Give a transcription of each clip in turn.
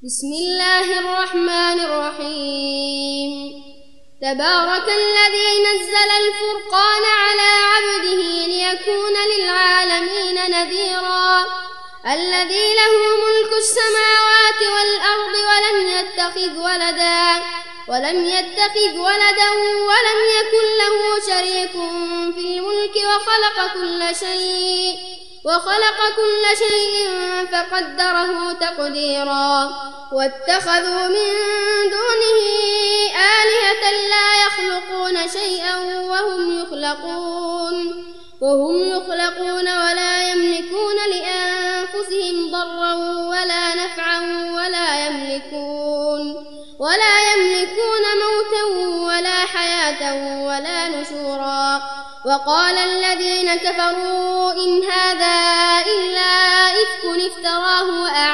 بسم الله الرحمن الرحيم تبارك الذي نزل الفرقان على عبده ليكون للعالمين نذيرا الذي له ملك السماوات والأرض ولم يتخذ ولدا ولم يكن له شريك في الملك وخلق كل شيء فقدره تقديرا واتخذوا من دونه آلهة لا يخلقون شيئا وهم يخلقون ولا يملكون لأنفسهم ضرا ولا نفعا ولا يملكون موتا ولا حياة ولا نشورا وقال الذين كفروا إن هذا إلا إفك افتراه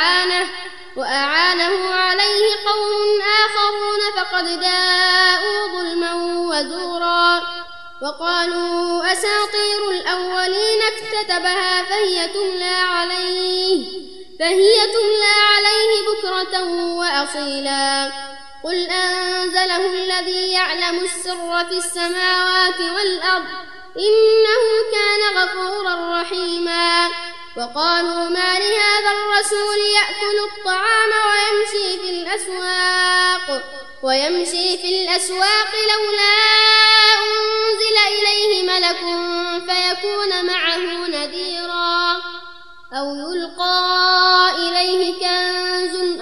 وأعانه عليه قوم آخرون فقد جاءوا ظلما وزورا وقالوا أساطير الأولين اكتتبها فهي تملى عليه بكرة وأصيلا قل أنزله الذي يعلم السر في السماوات والأرض إنه كان غفورا رحيما وقالوا ما لهذا الرسول يأكل الطعام ويمشي في الأسواق لولا أنزل إليه ملك فيكون معه نذيرا أو يلقى إليه كنز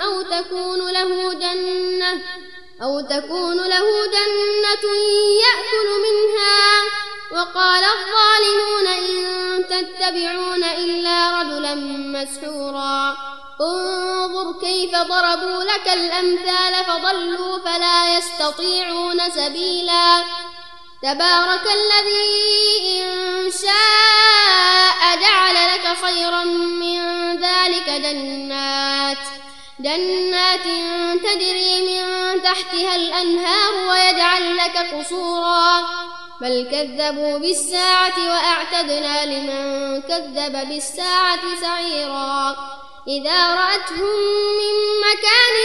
أو تكون له جنة يأكل منها وقال الظالمون إن تتبعون إلا رجلا مسحورا انظر كيف ضربوا لك الأمثال فضلوا فلا يستطيعون سبيلا تبارك الذي إن شاء جعل لك خيرا من ذلك جنات تجري من تحتها الأنهار ويجعل لك قصورا بل كذبوا بالساعة وأعتدنا لمن كذب بالساعة سعيرا إذا رأتهم من مكان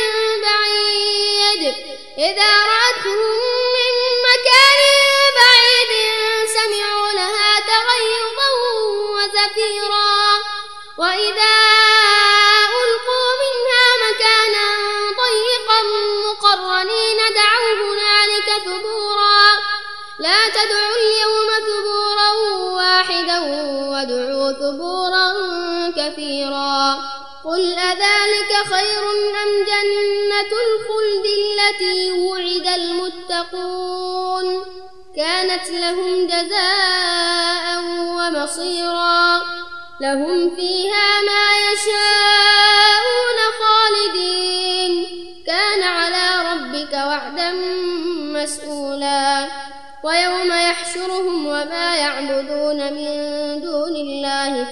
بعيد سمعوا لها تغيظا وزفيرا وإذا ألقوا منها مكانا ضيقا مقرنين دعوا هنالك ثبورا لا تدعوا اليوم ثبورا واحدا وادعوا ثبورا كثيرا قل أذلك خير أم جنة الخلد التي وعد المتقون كانت لهم جزاء ومصيرا لهم فيها ما يشاءون خالدين كان على ربك وعدا مسئولا ويوم يحشرهم وما يعبدون من دون الله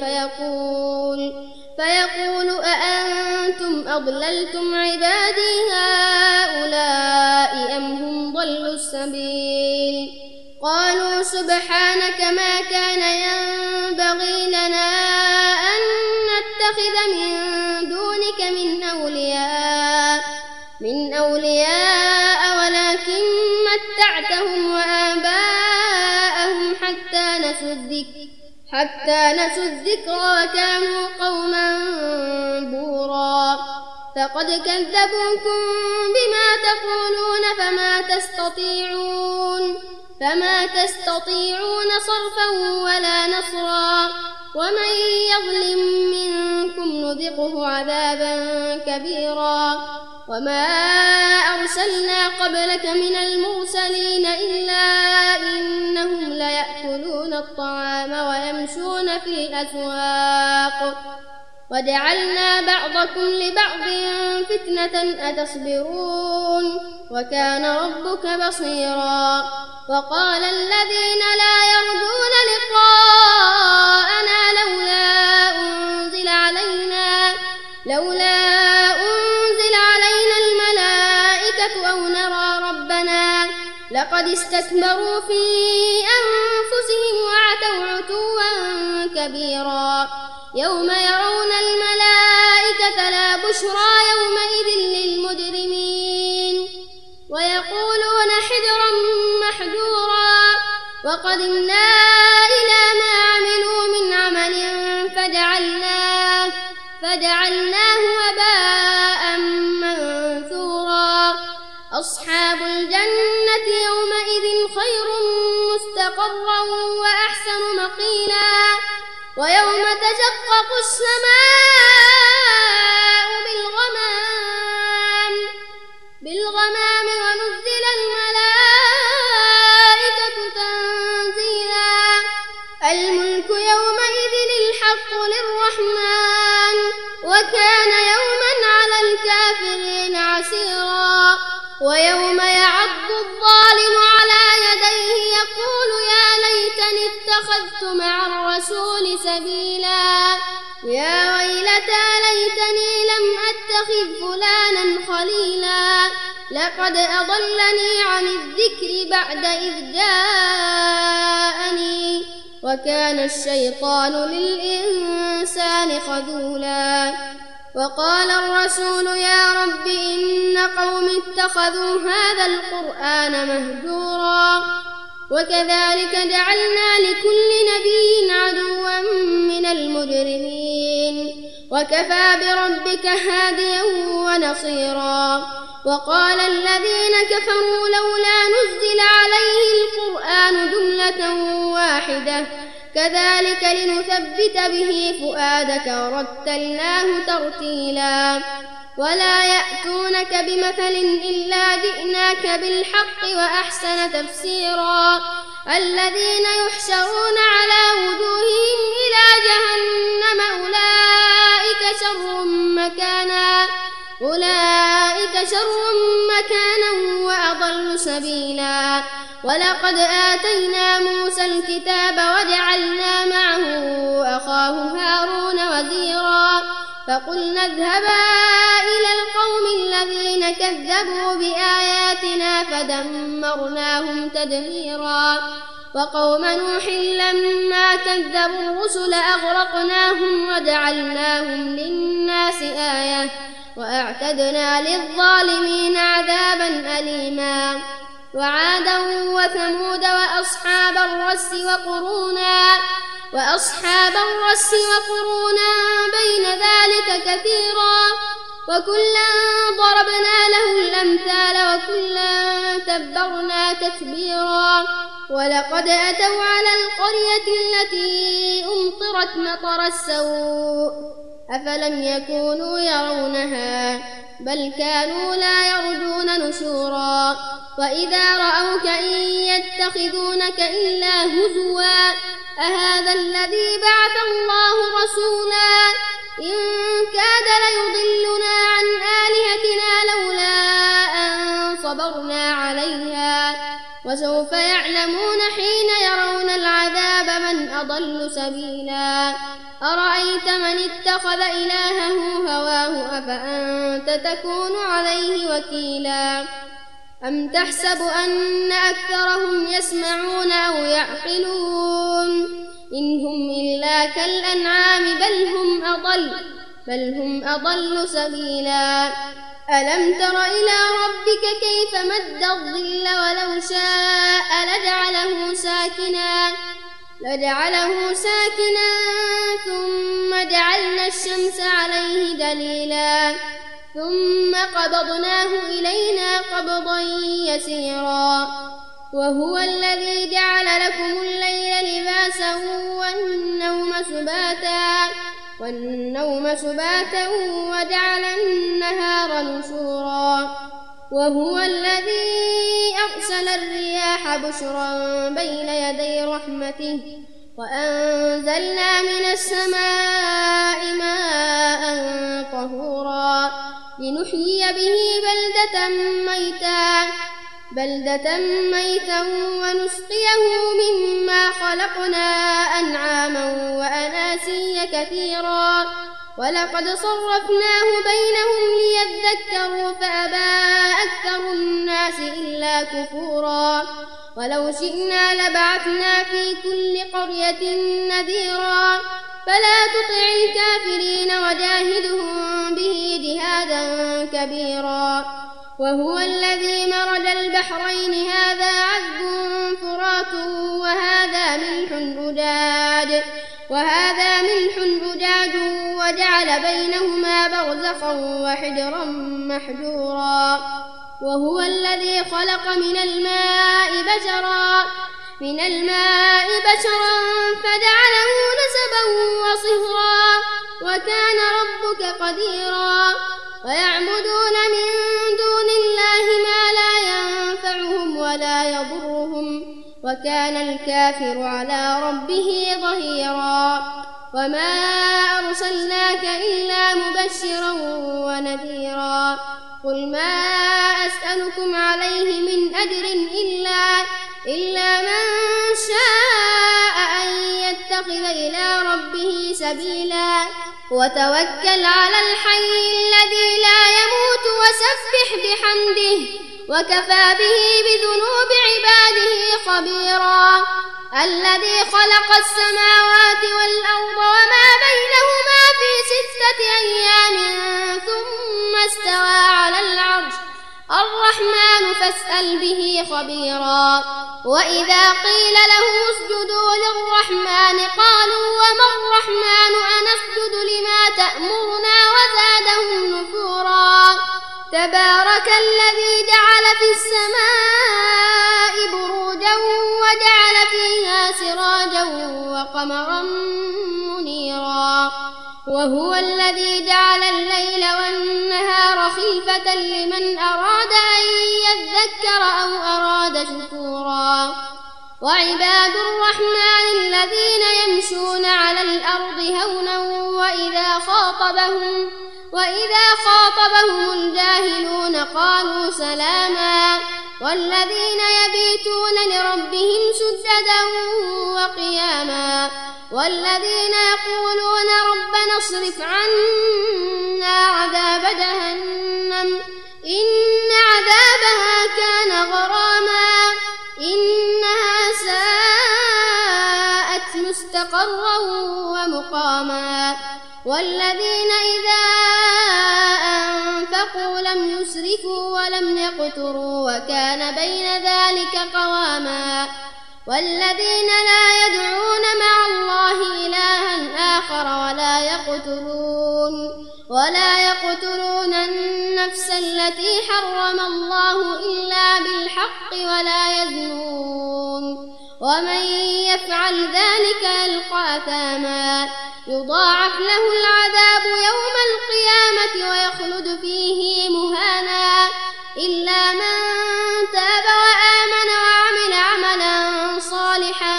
فيقول أأنتم أضللتم عبادي هؤلاء أم هم ضلوا السبيل قالوا سبحانك ما كان ينبغي لنا أن نتخذ من دونك من أولياء ولكن متعتهم وآباءهم حتى نسوا الذكر وكانوا قوما بورا فقد كذبوكم بما تقولون فما تستطيعون صرفا ولا نصرا ومن يظلم منكم نذقه عذابا كبيرا وما أرسلنا قبلك من المرسلين إلا إنهم ليأكلون الطعام ويمشون في الأسواق وجعلنا بعضكم لبعض فتنة أتصبرون وكان ربك بصيرا وقال الذين لا يرجون لقاءنا لولا أنزل علينا الملائكة أو نرى ربنا لقد استكبروا في أنفسهم وعتوا عتوا كبيرا يوم يرون الملائكة لا بشرى يومئذ وقدمنا إلى ما عملوا من عمل فجعلناه هباء منثورا أصحاب الجنة يومئذ خير مستقرا وأحسن مقيلا ويوم تشقق السماء بالغمام ونزل الملائكة تنزيلا الملك يومئذ الحق للرحمن وكان يوما على الكافرين عسيرا ويوم يعض الظالم على يديه يقول يا ليتني اتخذت مع الرسول سبيلا يا ويلتى ليتني لم أتخذ فلانا خليلا لقد أضلني عن الذكر بعد إذ جاءني وكان الشيطان للإنسان خذولا وقال الرسول يا رب إن قوم اتخذوا هذا القرآن مهجورا وكذلك جعلنا لكل نبي عدوا من المجرمين وكفى بربك هاديا ونصيرا وقال الذين كفروا لولا نزل عليه القرآن جملة واحدة كذلك لنثبت به فؤادك ورتلناه ترتيلا ولا يأتونك بمثل إلا جئناك بالحق وأحسن تفسيرا الذين يحشرون على وجوههم إلى جهنم أولئك شر مكانا وأضل سبيلا ولقد آتينا موسى الكتاب وجعلنا معه أخاه هارون وزيرا فقلنا اذهبا إلى القوم الذين كذبوا بآياتنا فدمرناهم تدميرا وقوم نوح لما كذبوا الرسل أغرقناهم وجعلناهم للناس آية وأعتدنا للظالمين عذابا أليما وعادا وثمود وأصحاب الرس وقرونا بين ذلك كثيرا وكلا ضربنا له الأمثال وكلا تبرنا تتبيرا ولقد أتوا على القرية التي أمطرت مطر السوء أفلم يكونوا يرونها بل كانوا لا يرجون نشورا وإذا رأوك إن يتخذونك إلا هزوا أهذا الذي بعث الله رسولا إن كاد ليضلنا عن آلهتنا لولا أن صبرنا عليها وسوف يعلمون حين يرون العذاب من أضل سبيلا أرأيت من اتخذ إلهه هواه أفأنت تكون عليه وكيلا أم تحسب أن أكثرهم يسمعون أو يعقلون إن هم إلا كالأنعام بل هم أضل سبيلا ألم تر إلى ربك كيف مد الظل ولو شاء لجعله ساكنا ثم جعلنا الشمس عليه دليلا ثم قبضناه إلينا قبضا يسيرا وهو الذي جعل لكم الليل لباسا والنوم سباتا وجعل النهار نشورا وهو الذي أرسل الرياح بشرا بين يدي رحمته وأنزلنا من السماء ماء طهورا لنحيي به بلدة ميتا ونسقيه مما خلقنا أنعاما وأناسيا كثيرا ولقد صرفناه بينهم ليذكروا فأبى أكثر الناس إلا كفورا ولو شئنا لبعثنا في كل قرية نذيرا فلا تطع الكافرين وجاهدهم به جهادا كبيرا وهو الذي مرج البحرين هذا عذب فرات وهذا ملح أجاج وجعل بينهما برزخا وحجرا محجورا وهو الذي خلق من الماء بشرا فجعله نسبا وصهرا وكان ربك قديرا ويعبدون من دون الله ما لا ينفعهم ولا يضرهم وكان الكافر على ربه ظهيرا وما أرسلناك إلا مبشرا ونذيرا قل ما أسألكم عليه من أجر إلا من شاء أن يتخذ إلى ربه سبيلا وتوكل على الحي الذي لا يموت وسبح بحمده وكفى به بذنوب عباده خبيرا الذي خلق السماوات والأرض وما بينهما في 6 أيام ثم استوى على العرش الرحمن فاسأل به خبيرا وإذا قيل له اسجدوا للرحمن قالوا وما الرحمن أنسجد لما تأمرنا وزادهم نفورا تبارك الذي جعل في السماء بروجا وجعل فيها سراجا وقمرا منيرا وهو الذي جعل الليل والنهار خلفة لمن أراد أن يذكر أو أراد شكورا وعباد الرحمن الذين يمشون على الأرض هونا وإذا خاطبهم الجاهلون قالوا سلاما والذين يبيتون لربهم سجدا وقياما والذين يقولون ربنا اصرف عنا عذاب جهنم إن عذابها كان غراما إنها ساءت مستقرا ومقاما والذين إذا أنفقوا لم يسرفوا ولم يقتروا وكان بين ذلك قواما والذين لا يدعون مع الله إلها آخر ولا يقتلون النفس التي حرم الله إلا بالحق ولا يزنون ومن يفعل ذلك يلقى أثاما يضاعف له العذاب يوم القيامة ويخلد فيه مهانا إلا من تاب وآمن وعمل عملا صالحا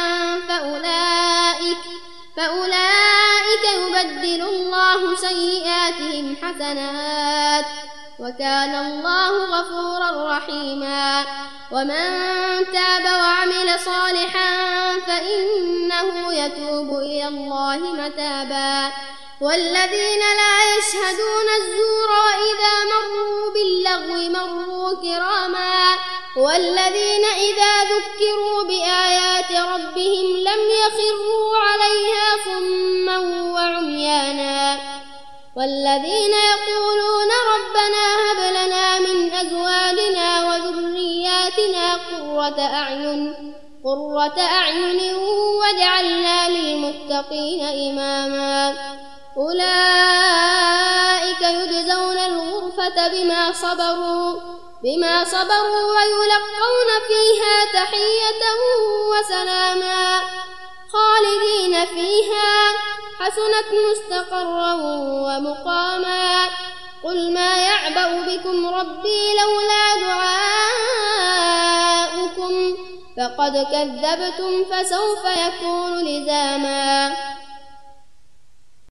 فأولئك يبدل الله سيئاتهم حسنات وكان الله غفورا رحيما ومن تاب وعمل صالحا فإنه يتوب إلى الله متابا والذين لا يشهدون الزور وإذا مروا باللغو مروا كراما والذين إذا ذكروا بآيات ربهم لم يخروا عليها صما وعميانا والذين يقولون ربنا هب لنا من أزواجنا وذرياتنا قرة أعين واجعلنا للمتقين إماما أولئك يجزون الغرفة بما صبروا ويلقون فيها تحية وسلاما خالدين فيها حسنت مستقرا ومقاما قل ما يعبأ بكم ربي لولا دعاؤكم فقد كذبتم فسوف يكون لزاما